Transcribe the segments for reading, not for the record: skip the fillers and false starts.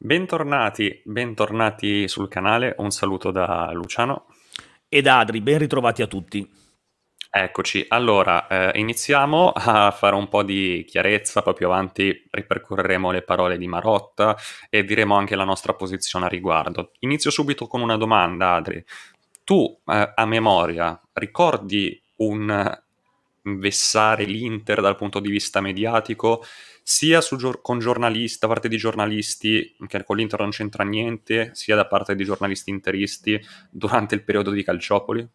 Bentornati sul canale, un saluto da Luciano. Ed Adri, ben ritrovati a tutti. Eccoci, allora iniziamo a fare un po' di chiarezza, poi più avanti ripercorreremo le parole di Marotta e diremo anche la nostra posizione a riguardo. Inizio subito con una domanda, Adri. Tu, a memoria, ricordi un vessare l'Inter dal punto di vista mediatico, sia con giornalisti, da parte di giornalisti, che con l'Inter non c'entra niente, sia da parte di giornalisti interisti durante il periodo di Calciopoli?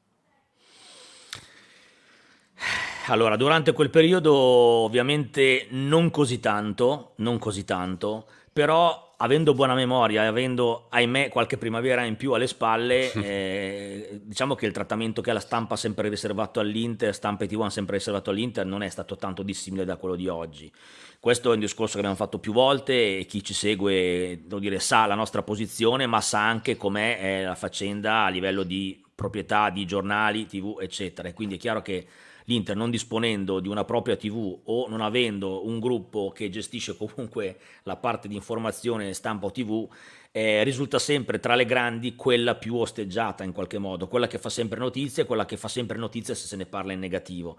Allora, durante quel periodo ovviamente non così tanto, però avendo buona memoria e avendo, ahimè, qualche primavera in più alle spalle, diciamo che il trattamento che la stampa ha sempre riservato all'Inter, stampa e TV hanno sempre riservato all'Inter, non è stato tanto dissimile da quello di oggi. Questo è un discorso che abbiamo fatto più volte e chi ci segue, devo dire, sa la nostra posizione, ma sa anche com'è la faccenda a livello di proprietà di giornali, TV, eccetera. E quindi è chiaro che l'Inter non disponendo di una propria TV o non avendo un gruppo che gestisce comunque la parte di informazione stampa o TV, risulta sempre tra le grandi quella più osteggiata in qualche modo, quella che fa sempre notizie, quella che fa sempre notizie se se ne parla in negativo.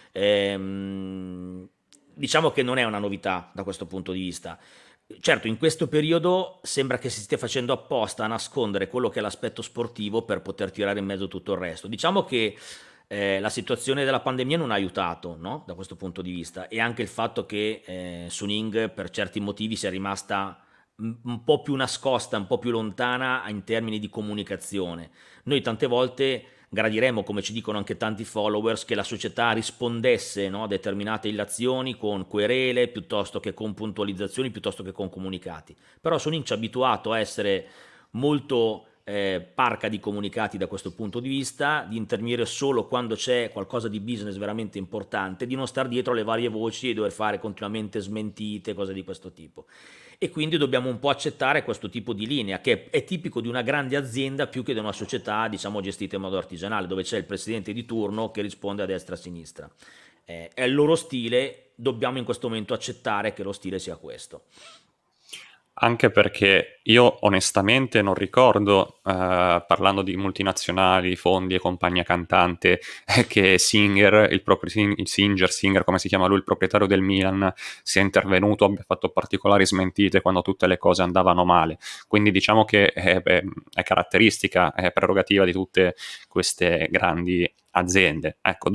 Diciamo che non è una novità da questo punto di vista. Certo, in questo periodo sembra che si stia facendo apposta a nascondere quello che è l'aspetto sportivo per poter tirare in mezzo tutto il resto. Diciamo che la situazione della pandemia non ha aiutato, no? Da questo punto di vista, e anche il fatto che Suning per certi motivi sia rimasta un po' più nascosta, un po' più lontana in termini di comunicazione. Noi tante volte gradiremmo, come ci dicono anche tanti followers, che la società rispondesse, no, a determinate illazioni con querele piuttosto che con puntualizzazioni, piuttosto che con comunicati. Però Suning ci ha abituato a essere molto parca di comunicati da questo punto di vista, di intervenire solo quando c'è qualcosa di business veramente importante, di non star dietro alle varie voci e dover fare continuamente smentite, cose di questo tipo. E quindi dobbiamo un po' accettare questo tipo di linea, che è tipico di una grande azienda più che di una società, diciamo, gestita in modo artigianale, dove c'è il presidente di turno che risponde a destra e a sinistra. È il loro stile, dobbiamo in questo momento accettare che lo stile sia questo. Anche perché io onestamente non ricordo, parlando di multinazionali, fondi e compagnia cantante, che Singer, Singer, come si chiama lui, il proprietario del Milan, sia intervenuto, abbia fatto particolari smentite quando tutte le cose andavano male. Quindi diciamo che è caratteristica, è prerogativa di tutte queste grandi aziende. Ecco,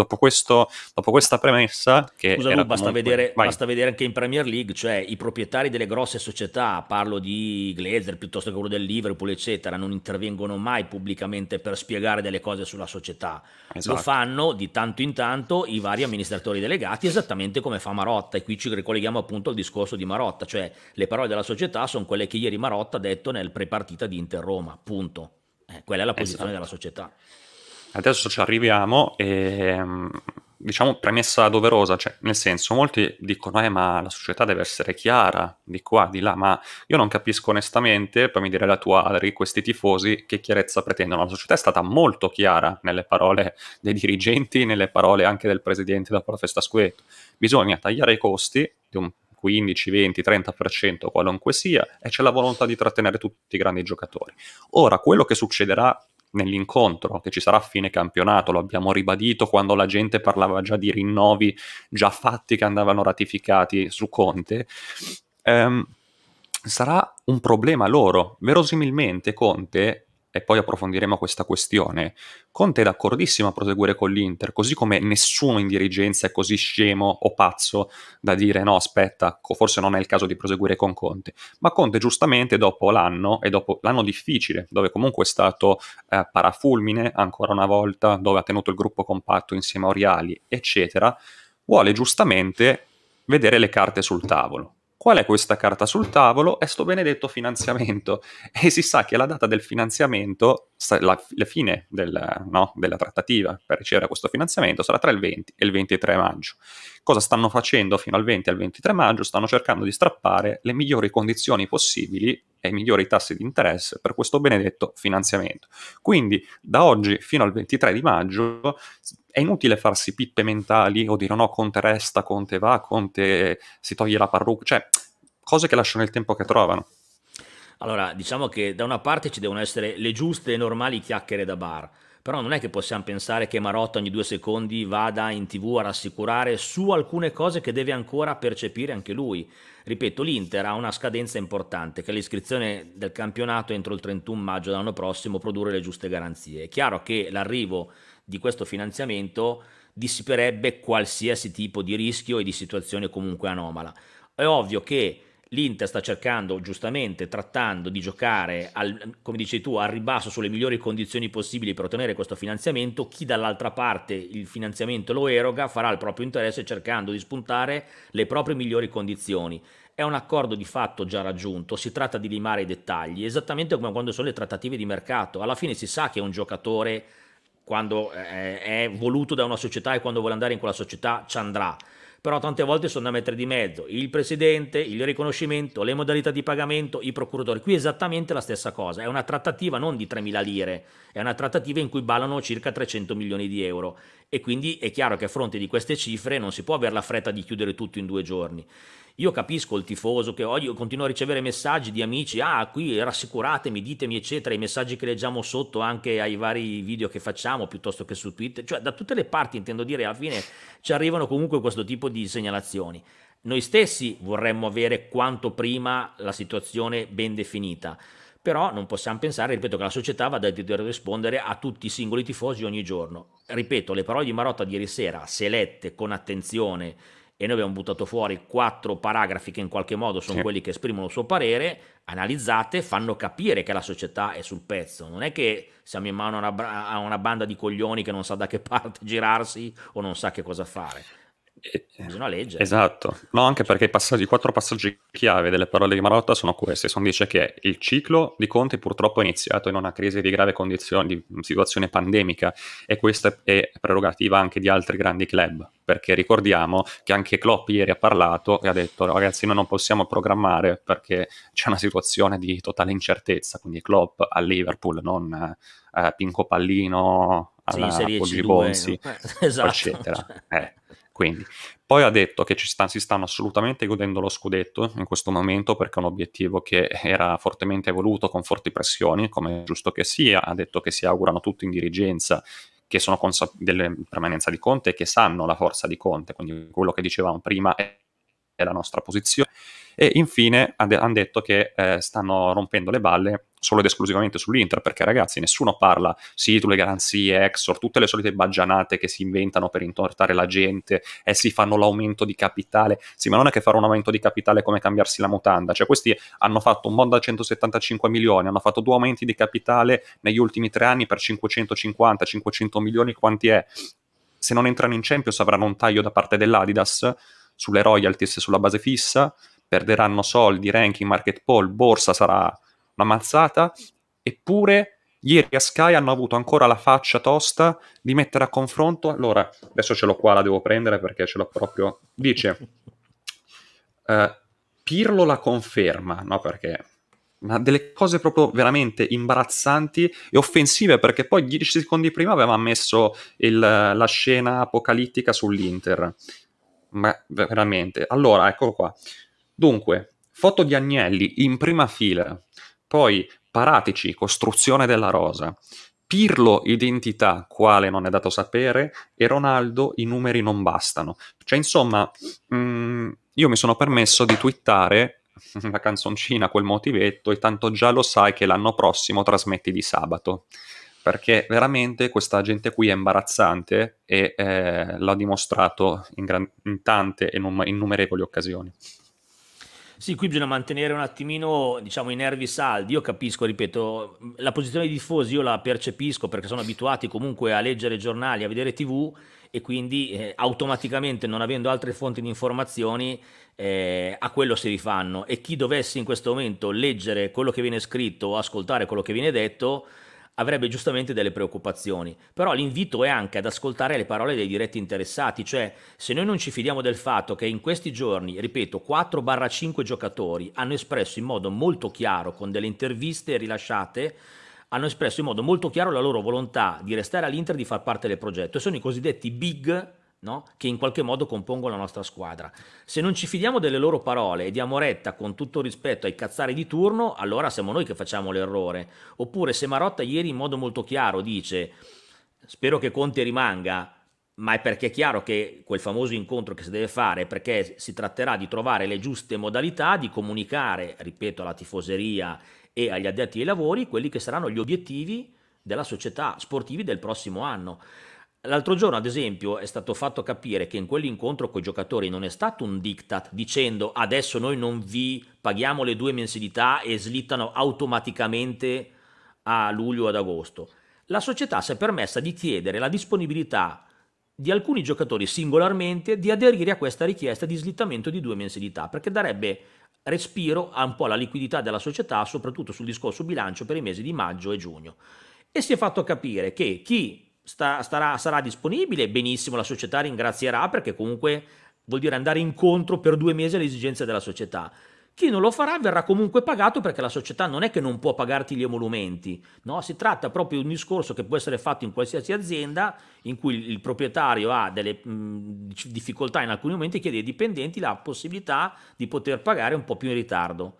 dopo questa premessa, che Scusa Lu, era comunque... Vai. basta vedere anche in Premier League, cioè i proprietari delle grosse società, parlo di Glazer piuttosto che quello del Liverpool, eccetera, non intervengono mai pubblicamente per spiegare delle cose sulla società. Lo Esatto. fanno di tanto in tanto i vari amministratori delegati, esattamente come fa Marotta. E qui ci ricolleghiamo appunto al discorso di Marotta, cioè le parole della società sono quelle che ieri Marotta ha detto nel pre-partita di Inter-Roma, punto. Quella è la posizione della Esatto. società. Adesso ci arriviamo e diciamo premessa doverosa, cioè nel senso molti dicono ma la società deve essere chiara di qua, di là, ma io non capisco onestamente, poi mi direi la tua, Adri, questi tifosi che chiarezza pretendono. La società è stata molto chiara nelle parole dei dirigenti, nelle parole anche del presidente dopo la festa scudetto. Bisogna tagliare i costi di un 15, 20, 30%, qualunque sia, e c'è la volontà di trattenere tutti i grandi giocatori. Ora, quello che succederà nell'incontro che ci sarà a fine campionato, lo abbiamo ribadito quando la gente parlava già di rinnovi già fatti che andavano ratificati su Conte, ehm, sarà un problema loro. Verosimilmente Conte, e poi approfondiremo questa questione, Conte è d'accordissimo a proseguire con l'Inter, così come nessuno in dirigenza è così scemo o pazzo da dire no, aspetta, forse non è il caso di proseguire con Conte. Ma Conte giustamente dopo l'anno, e dopo l'anno difficile, dove comunque è stato parafulmine ancora una volta, dove ha tenuto il gruppo compatto insieme a Oriali, eccetera, vuole giustamente vedere le carte sul tavolo. Qual è questa carta sul tavolo? È sto benedetto finanziamento. E si sa che la data del finanziamento, la fine no, della trattativa per ricevere questo finanziamento sarà tra il 20 e il 23 maggio. Cosa stanno facendo fino al 20 e al 23 maggio? Stanno cercando di strappare le migliori condizioni possibili e i migliori tassi di interesse per questo benedetto finanziamento. Quindi da oggi fino al 23 di maggio è inutile farsi pippe mentali o dire no, Conte resta, Conte va, Conte si toglie la parrucca, cioè cose che lasciano il tempo che trovano. Allora, diciamo che da una parte ci devono essere le giuste e normali chiacchiere da bar, però non è che possiamo pensare che Marotta ogni 2 secondi vada in TV a rassicurare su alcune cose che deve ancora percepire anche lui. Ripeto, l'Inter ha una scadenza importante, che è l'iscrizione del campionato entro il 31 maggio dell'anno prossimo, produrre le giuste garanzie. È chiaro che l'arrivo di questo finanziamento dissiperebbe qualsiasi tipo di rischio e di situazione comunque anomala. È ovvio che l'Inter sta cercando, giustamente, trattando di giocare, come dici tu, al ribasso sulle migliori condizioni possibili per ottenere questo finanziamento. Chi dall'altra parte il finanziamento lo eroga farà il proprio interesse cercando di spuntare le proprie migliori condizioni. È un accordo di fatto già raggiunto, si tratta di limare i dettagli, esattamente come quando sono le trattative di mercato. Alla fine si sa che un giocatore, quando è voluto da una società e quando vuole andare in quella società, ci andrà. Però tante volte sono da mettere di mezzo il presidente, il riconoscimento, le modalità di pagamento, i procuratori. Qui è esattamente la stessa cosa, è una trattativa non di 3.000 lire, è una trattativa in cui ballano circa 300 milioni di euro e quindi è chiaro che a fronte di queste cifre non si può avere la fretta di chiudere tutto in 2 giorni. Io capisco il tifoso che oggi continuo a ricevere messaggi di amici, qui rassicuratemi, ditemi eccetera, i messaggi che leggiamo sotto anche ai vari video che facciamo piuttosto che su Twitter, cioè da tutte le parti intendo dire, alla fine ci arrivano comunque questo tipo di segnalazioni. Noi stessi vorremmo avere quanto prima la situazione ben definita, però non possiamo pensare, ripeto, che la società vada a dover rispondere a tutti i singoli tifosi ogni giorno. Ripeto, le parole di Marotta di ieri sera, se lette con attenzione, e noi abbiamo buttato fuori 4 paragrafi che in qualche modo sono Sì. quelli che esprimono il suo parere, analizzate, fanno capire che la società è sul pezzo. Non è che siamo in mano a una banda di coglioni che non sa da che parte girarsi o non sa che cosa fare. Eh, Bisogna leggere. Esatto, no, anche perché i 4 passaggi chiave delle parole di Marotta sono questi. Dice che il ciclo di Conte purtroppo è iniziato in una crisi di grave condizione, di situazione pandemica, e questa è prerogativa anche di altri grandi club, perché ricordiamo che anche Klopp ieri ha parlato e ha detto ragazzi noi non possiamo programmare perché c'è una situazione di totale incertezza, quindi Klopp a Liverpool, non Pinco Pallino Sì, in alla Serie Poggi C2, Bonzi, esatto. eccetera. Quindi poi ha detto che si stanno assolutamente godendo lo scudetto in questo momento perché è un obiettivo che era fortemente voluto con forti pressioni, come è giusto che sia. Ha detto che si augurano tutti in dirigenza che sono della permanenza di Conte e che sanno la forza di Conte, quindi quello che dicevamo prima è la nostra posizione. E infine hanno detto che stanno rompendo le balle solo ed esclusivamente sull'Inter, perché ragazzi nessuno parla, sì, sulle garanzie, Exor, tutte le solite baggianate che si inventano per intortare la gente, si fanno l'aumento di capitale, sì, ma non è che fare un aumento di capitale è come cambiarsi la mutanda, cioè questi hanno fatto un bond da 175 milioni, hanno fatto 2 aumenti di capitale negli ultimi 3 anni per 550-500 milioni, quanti è? Se non entrano in Champions avranno un taglio da parte dell'Adidas sulle royalties sulla base fissa, perderanno soldi, ranking, market poll, borsa sarà una mazzata, eppure ieri a Sky hanno avuto ancora la faccia tosta di mettere a confronto, allora, adesso ce l'ho qua, la devo prendere perché ce l'ho proprio, dice, Pirlo la conferma, no perché, ma delle cose proprio veramente imbarazzanti e offensive, perché poi 10 secondi prima aveva messo la scena apocalittica sull'Inter, ma veramente, allora, eccolo qua, dunque, foto di Agnelli in prima fila, poi Paratici, costruzione della rosa, Pirlo, identità, quale non è dato sapere, e Ronaldo, i numeri non bastano. Cioè, insomma, io mi sono permesso di twittare la canzoncina, quel motivetto, e tanto già lo sai che l'anno prossimo trasmetti di sabato. Perché veramente questa gente qui è imbarazzante e l'ha dimostrato in tante e innumerevoli occasioni. Sì, qui bisogna mantenere un attimino, diciamo, i nervi saldi. Io capisco, ripeto, la posizione dei tifosi io la percepisco perché sono abituati comunque a leggere giornali, a vedere TV e quindi automaticamente, non avendo altre fonti di informazioni, a quello si rifanno. E chi dovesse in questo momento leggere quello che viene scritto o ascoltare quello che viene detto avrebbe giustamente delle preoccupazioni, però l'invito è anche ad ascoltare le parole dei diretti interessati, cioè se noi non ci fidiamo del fatto che in questi giorni, ripeto, 4-5 giocatori hanno espresso in modo molto chiaro, con delle interviste rilasciate, hanno espresso in modo molto chiaro la loro volontà di restare all'Inter, di far parte del progetto, e sono i cosiddetti big no? Che in qualche modo compongono la nostra squadra. Se non ci fidiamo delle loro parole e diamo retta con tutto rispetto ai cazzari di turno, allora siamo noi che facciamo l'errore. Oppure se Marotta ieri in modo molto chiaro dice spero che Conte rimanga, ma è perché è chiaro che quel famoso incontro che si deve fare è perché si tratterà di trovare le giuste modalità di comunicare, ripeto, alla tifoseria e agli addetti ai lavori quelli che saranno gli obiettivi della società sportivi del prossimo anno. L'altro giorno, ad esempio, è stato fatto capire che in quell'incontro con i giocatori non è stato un diktat dicendo adesso noi non vi paghiamo le 2 mensilità e slittano automaticamente a luglio o ad agosto. La società si è permessa di chiedere la disponibilità di alcuni giocatori singolarmente di aderire a questa richiesta di slittamento di 2 mensilità, perché darebbe respiro a un po' la liquidità della società, soprattutto sul discorso bilancio per i mesi di maggio e giugno. E si è fatto capire che chi sarà disponibile, benissimo, la società ringrazierà perché comunque vuol dire andare incontro per 2 mesi alle esigenze della società. Chi non lo farà verrà comunque pagato perché la società non è che non può pagarti gli emolumenti, no? Si tratta proprio di un discorso che può essere fatto in qualsiasi azienda in cui il proprietario ha delle difficoltà in alcuni momenti e chiede ai dipendenti la possibilità di poter pagare un po' più in ritardo.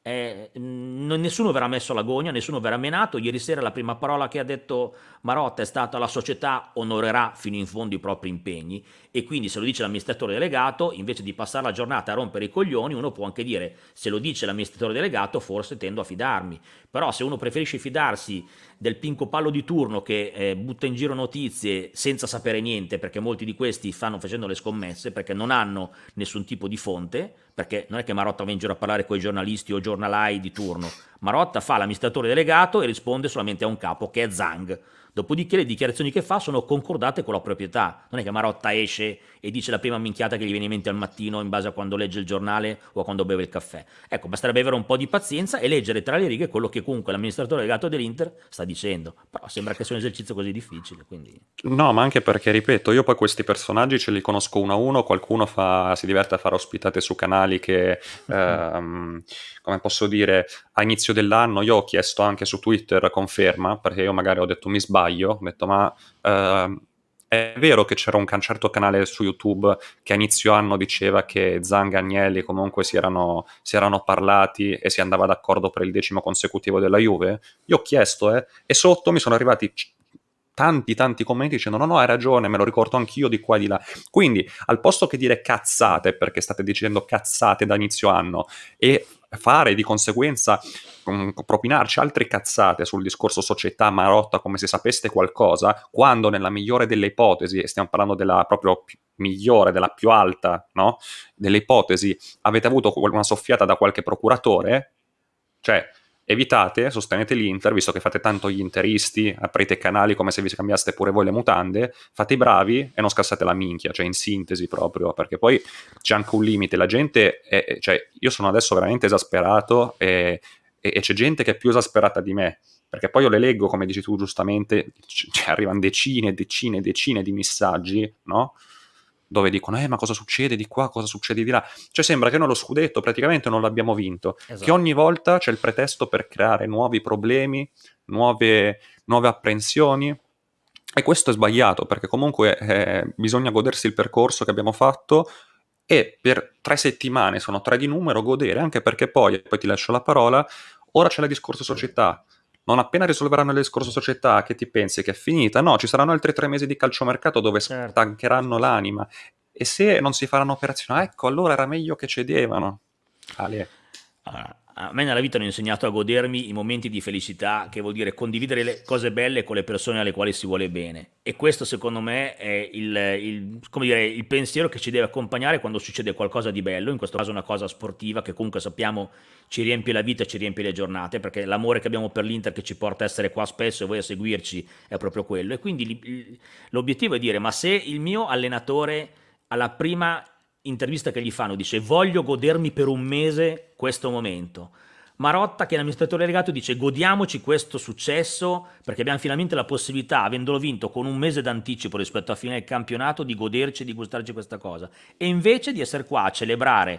Nessuno verrà messo alla gogna, nessuno verrà menato. Ieri sera la prima parola che ha detto Marotta è stata la società onorerà fino in fondo i propri impegni e quindi se lo dice l'amministratore delegato, invece di passare la giornata a rompere i coglioni, uno può anche dire se lo dice l'amministratore delegato forse tendo a fidarmi, però se uno preferisce fidarsi del pinco pallo di turno che butta in giro notizie senza sapere niente, perché molti di questi stanno facendo le scommesse perché non hanno nessun tipo di fonte, perché non è che Marotta va in giro a parlare con i giornalisti o giornalai di turno, Marotta fa l'amministratore delegato e risponde solamente a un capo che è Zhang. Dopodiché le dichiarazioni che fa sono concordate con la proprietà. Non è che Marotta esce e dice la prima minchiata che gli viene in mente al mattino in base a quando legge il giornale o a quando beve il caffè. Ecco, basterebbe avere un po' di pazienza e leggere tra le righe quello che comunque l'amministratore delegato dell'Inter sta dicendo. Però sembra che sia un esercizio così difficile, quindi... No, ma anche perché, ripeto, io poi questi personaggi ce li conosco uno a uno, qualcuno si diverte a fare ospitate su canali che, come posso dire, a inizio dell'anno io ho chiesto anche su Twitter conferma, perché io magari ho detto mi sbaglio, ho detto ma è vero che c'era un certo canale su YouTube che a inizio anno diceva che Zhang e Agnelli comunque si erano parlati e si andava d'accordo per il 10° consecutivo della Juve? Io ho chiesto, e sotto mi sono arrivati tanti commenti dicendo no, hai ragione, me lo ricordo anch'io di qua e di là. Quindi, al posto che dire cazzate, perché state dicendo cazzate da inizio anno, e fare di conseguenza propinarci altre cazzate sul discorso società Marotta come se sapeste qualcosa, quando nella migliore delle ipotesi, e stiamo parlando della proprio migliore, della più alta, no? Delle ipotesi, avete avuto una soffiata da qualche procuratore, cioè evitate, sostenete l'Inter, visto che fate tanto gli interisti, aprite canali come se vi scambiaste pure voi le mutande, fate i bravi e non scassate la minchia, cioè in sintesi proprio, perché poi c'è anche un limite, la gente, cioè io sono adesso veramente esasperato e c'è gente che è più esasperata di me, perché poi io le leggo, come dici tu giustamente, cioè arrivano decine di messaggi, no? Dove dicono, ma cosa succede di qua, cosa succede di là? Cioè sembra che noi lo scudetto praticamente non l'abbiamo vinto, Esatto. che ogni volta c'è il pretesto per creare nuovi problemi, nuove apprensioni, e questo è sbagliato, perché comunque bisogna godersi il percorso che abbiamo fatto e per 3 settimane, sono 3 di numero, godere, anche perché poi ti lascio la parola, ora c'è il discorso società. Non appena risolveranno il discorso società, che ti pensi che è finita? No, ci saranno altri 3 mesi di calciomercato dove stancheranno l'anima. E se non si faranno operazioni, ecco, allora era meglio che cedevano. Ale. Allora, a me nella vita hanno insegnato a godermi i momenti di felicità, che vuol dire condividere le cose belle con le persone alle quali si vuole bene. E questo secondo me è come dire, il pensiero che ci deve accompagnare quando succede qualcosa di bello, in questo caso una cosa sportiva che comunque sappiamo ci riempie la vita, ci riempie le giornate, perché l'amore che abbiamo per l'Inter che ci porta a essere qua spesso e voi a seguirci è proprio quello. E quindi l'obiettivo è dire, ma se il mio allenatore alla prima intervista che gli fanno dice voglio godermi per un mese questo momento, Marotta che è l'amministratore delegato dice godiamoci questo successo perché abbiamo finalmente la possibilità, avendolo vinto con un mese d'anticipo rispetto a fine del campionato, di goderci e di gustarci questa cosa, e invece di essere qua a celebrare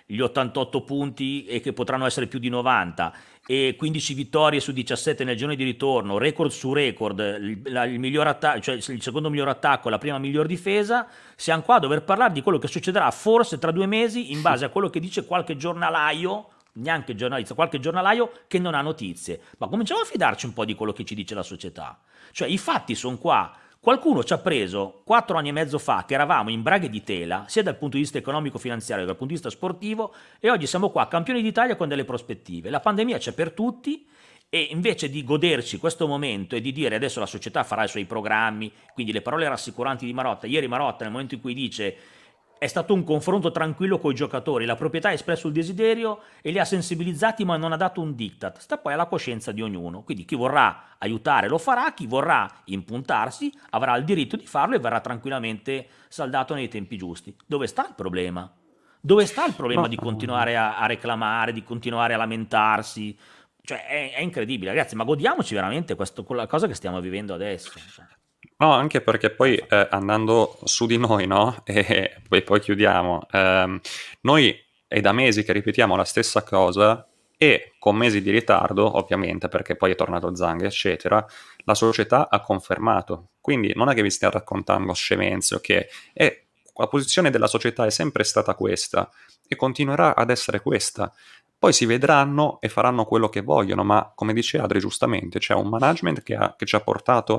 gli 88 punti e che potranno essere più di 90 e 15 vittorie su 17 nel girone di ritorno, record su record, il miglior attacco, cioè il secondo miglior attacco, la prima miglior difesa, siamo qua a dover parlare di quello che succederà forse tra 2 mesi in base a quello che dice qualche giornalaio, neanche giornalista, qualche giornalaio che non ha notizie. Ma cominciamo a fidarci un po' di quello che ci dice la società. Cioè i fatti sono qua. Qualcuno ci ha preso 4 anni e mezzo fa che eravamo in braghe di tela, sia dal punto di vista economico-finanziario che dal punto di vista sportivo, e oggi siamo qua campioni d'Italia con delle prospettive. La pandemia c'è per tutti e invece di goderci questo momento e di dire adesso la società farà i suoi programmi, quindi le parole rassicuranti di Marotta, ieri Marotta nel momento in cui dice è stato un confronto tranquillo con i giocatori, la proprietà ha espresso il desiderio e li ha sensibilizzati ma non ha dato un diktat, sta poi alla coscienza di ognuno, quindi chi vorrà aiutare lo farà, chi vorrà impuntarsi avrà il diritto di farlo e verrà tranquillamente saldato nei tempi giusti. Dove sta il problema? Dove sta il problema No, di continuare a reclamare, di continuare a lamentarsi? Cioè è incredibile, ragazzi, ma godiamoci veramente quella cosa che stiamo vivendo adesso. Cioè, no, anche perché non poi fa- andando su di noi, no? E poi chiudiamo. Noi è da mesi che ripetiamo la stessa cosa e con mesi di ritardo, ovviamente, perché poi è tornato Zang, eccetera, la società ha confermato. Quindi non è che vi stiamo raccontando scemenze, ok? E la posizione della società è sempre stata questa e continuerà ad essere questa. Poi si vedranno e faranno quello che vogliono, ma come dice Adri giustamente, c'è un management che ci ha portato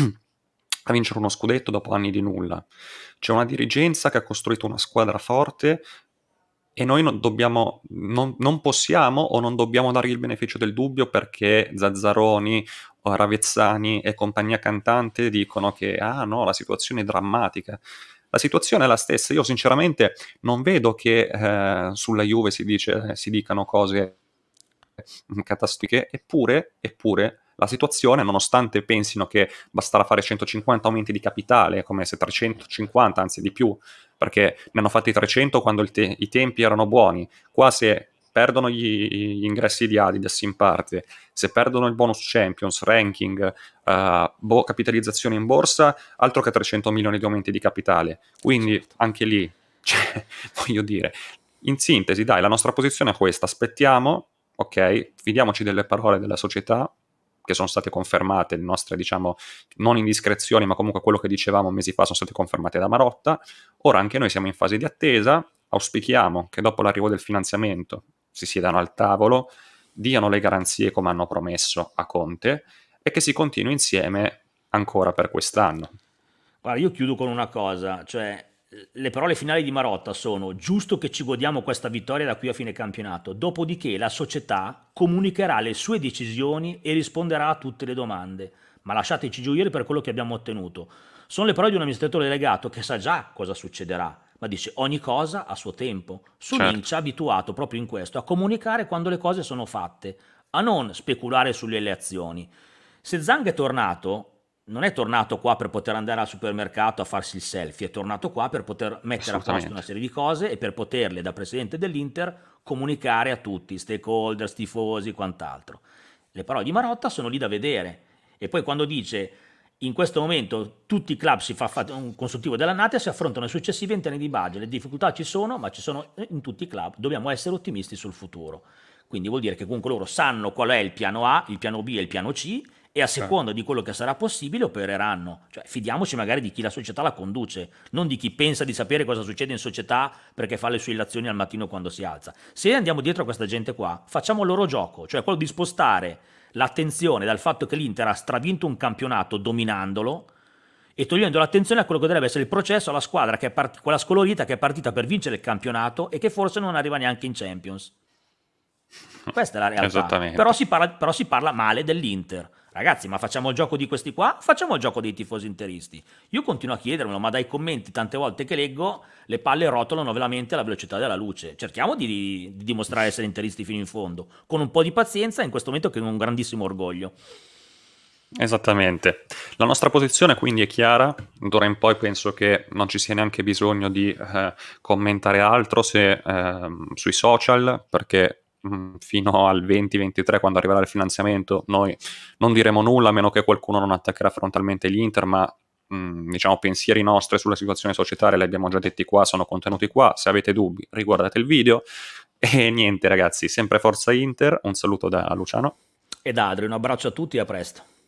a vincere uno scudetto dopo anni di nulla. C'è una dirigenza che ha costruito una squadra forte e noi non possiamo o non dobbiamo dargli il beneficio del dubbio perché Zazzaroni o Ravezzani e compagnia cantante dicono che ah no, la situazione è drammatica. La situazione è la stessa. Io sinceramente non vedo che sulla Juve si dicano cose catastrofiche, eppure la situazione, nonostante pensino che basterà fare 150 aumenti di capitale, come se 350, anzi di più, perché ne hanno fatti 300 quando i tempi erano buoni. Qua se perdono gli ingressi di Adidas in parte, se perdono il bonus Champions, ranking, capitalizzazione in borsa, altro che 300 milioni di aumenti di capitale. Quindi certo. anche lì, cioè, voglio dire, in sintesi, dai, la nostra posizione è questa, aspettiamo, ok, fidiamoci delle parole della società, che sono state confermate, le nostre, diciamo, non indiscrezioni, ma comunque quello che dicevamo mesi fa sono state confermate da Marotta. Ora anche noi siamo in fase di attesa, auspichiamo che dopo l'arrivo del finanziamento si siedano al tavolo, diano le garanzie come hanno promesso a Conte e che si continui insieme ancora per quest'anno. Guarda, io chiudo con una cosa, cioè le parole finali di Marotta sono giusto che ci godiamo questa vittoria da qui a fine campionato, dopodiché la società comunicherà le sue decisioni e risponderà a tutte le domande, ma lasciateci gioire per quello che abbiamo ottenuto. Sono le parole di un amministratore delegato che sa già cosa succederà, ma dice ogni cosa a suo tempo. Sunin Certo, ci ha abituato proprio in questo, a comunicare quando le cose sono fatte, a non speculare sulle azioni. Se Zhang è tornato, non è tornato qua per poter andare al supermercato a farsi il selfie, è tornato qua per poter mettere a posto una assolutamente. serie di cose e per poterle, da presidente dell'Inter, comunicare a tutti, stakeholder, tifosi, quant'altro. Le parole di Marotta sono lì da vedere. E poi quando dice in questo momento tutti i club si fa un consultivo dell'annata e si affrontano i successivi in termini di budget. Le difficoltà ci sono, ma ci sono in tutti i club. Dobbiamo essere ottimisti sul futuro. Quindi vuol dire che comunque loro sanno qual è il piano A, il piano B e il piano C e a Certo. seconda di quello che sarà possibile opereranno. Cioè, fidiamoci magari di chi la società la conduce, non di chi pensa di sapere cosa succede in società perché fa le sue illazioni al mattino quando si alza. Se andiamo dietro a questa gente qua, facciamo il loro gioco, cioè quello di spostare l'attenzione dal fatto che l'Inter ha stravinto un campionato dominandolo e togliendo l'attenzione a quello che dovrebbe essere il processo alla squadra che è quella scolorita che è partita per vincere il campionato e che forse non arriva neanche in Champions. Questa è la realtà. Esattamente. Però si parla male dell'Inter. Ragazzi, ma facciamo il gioco di questi qua? Facciamo il gioco dei tifosi interisti. Io continuo a chiedermelo, ma dai commenti tante volte che leggo, le palle rotolano veramente alla velocità della luce. Cerchiamo di dimostrare essere interisti fino in fondo, con un po' di pazienza, in questo momento che con un grandissimo orgoglio. Esattamente. La nostra posizione quindi è chiara, d'ora in poi penso che non ci sia neanche bisogno di commentare altro sui social, perché fino al 20-23, quando arriverà il finanziamento, noi non diremo nulla a meno che qualcuno non attaccherà frontalmente l'Inter, ma diciamo, pensieri nostri sulla situazione societaria li abbiamo già detti qua, sono contenuti qua. Se avete dubbi, riguardate il video. E niente, ragazzi, sempre Forza Inter. Un saluto da Luciano. E da Adri, un abbraccio a tutti e a presto.